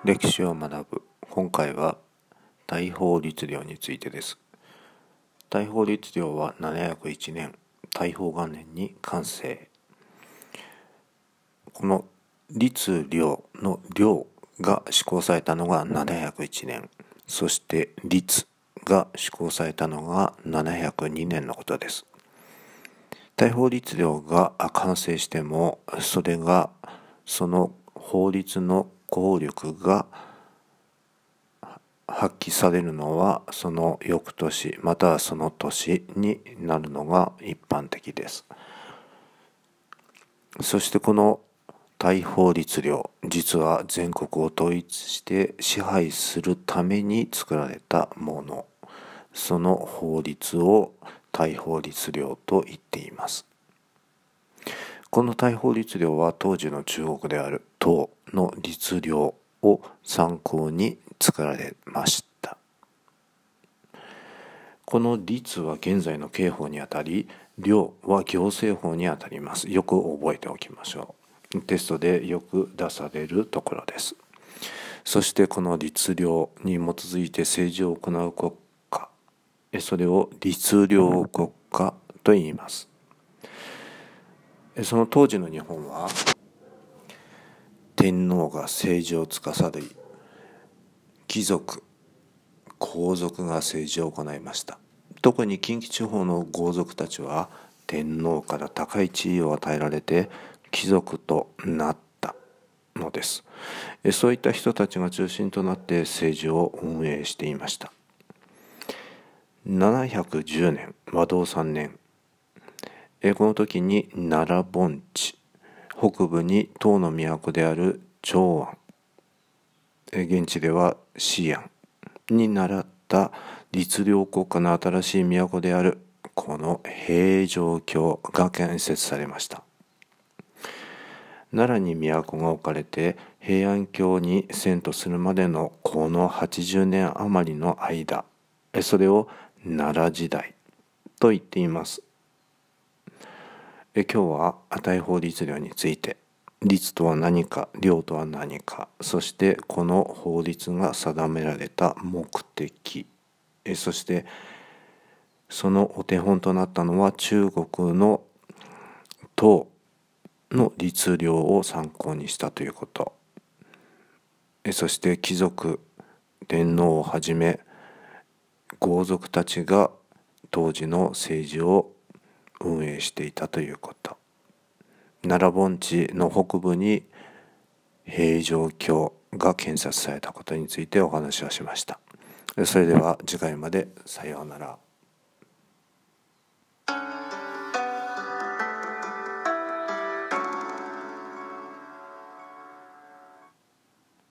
歴史を学ぶ。今回は大宝律令についてです。大宝律令は701年大宝元年に完成。この律令の令が施行されたのが701年、そして律が施行されたのが702年のことです。大宝律令が完成しても、その法律の効力が発揮されるのはその翌年またはその年になるのが一般的です。そしてこの大宝律令、実は全国を統一して支配するために作られたもの、その法律を大宝律令と言っています。この大宝律令は当時の中国である唐の律令を参考に作られました。この律は現在の刑法にあたり、令は行政法にあたります。よく覚えておきましょう。テストでよく出されるところです。そしてこの律令に基づいて政治を行う国家、それを律令国家と言います。その当時の日本は天皇が政治を司り、貴族、皇族が政治を行いました。特に近畿地方の豪族たちは天皇から高い地位を与えられて貴族となったのです。そういった人たちが中心となって政治を運営していました。710年、和道3年、この時に奈良盆地、北部に唐の都である長安、現地では西安に倣った律令国家の新しい都であるこの平城京が建設されました。奈良に都が置かれて平安京に遷都するまでのこの80年余りの間、それを奈良時代と言っています。今日は大宝律令について、律とは何か、令とは何か、そしてこの法律が定められた目的、そしてそのお手本となったのは中国の唐の律令を参考にしたということ、そして貴族、天皇をはじめ豪族たちが当時の政治を運営していたということ、奈良盆地の北部に平城京が建設されたことについてお話をしました。それでは次回まで、さようなら。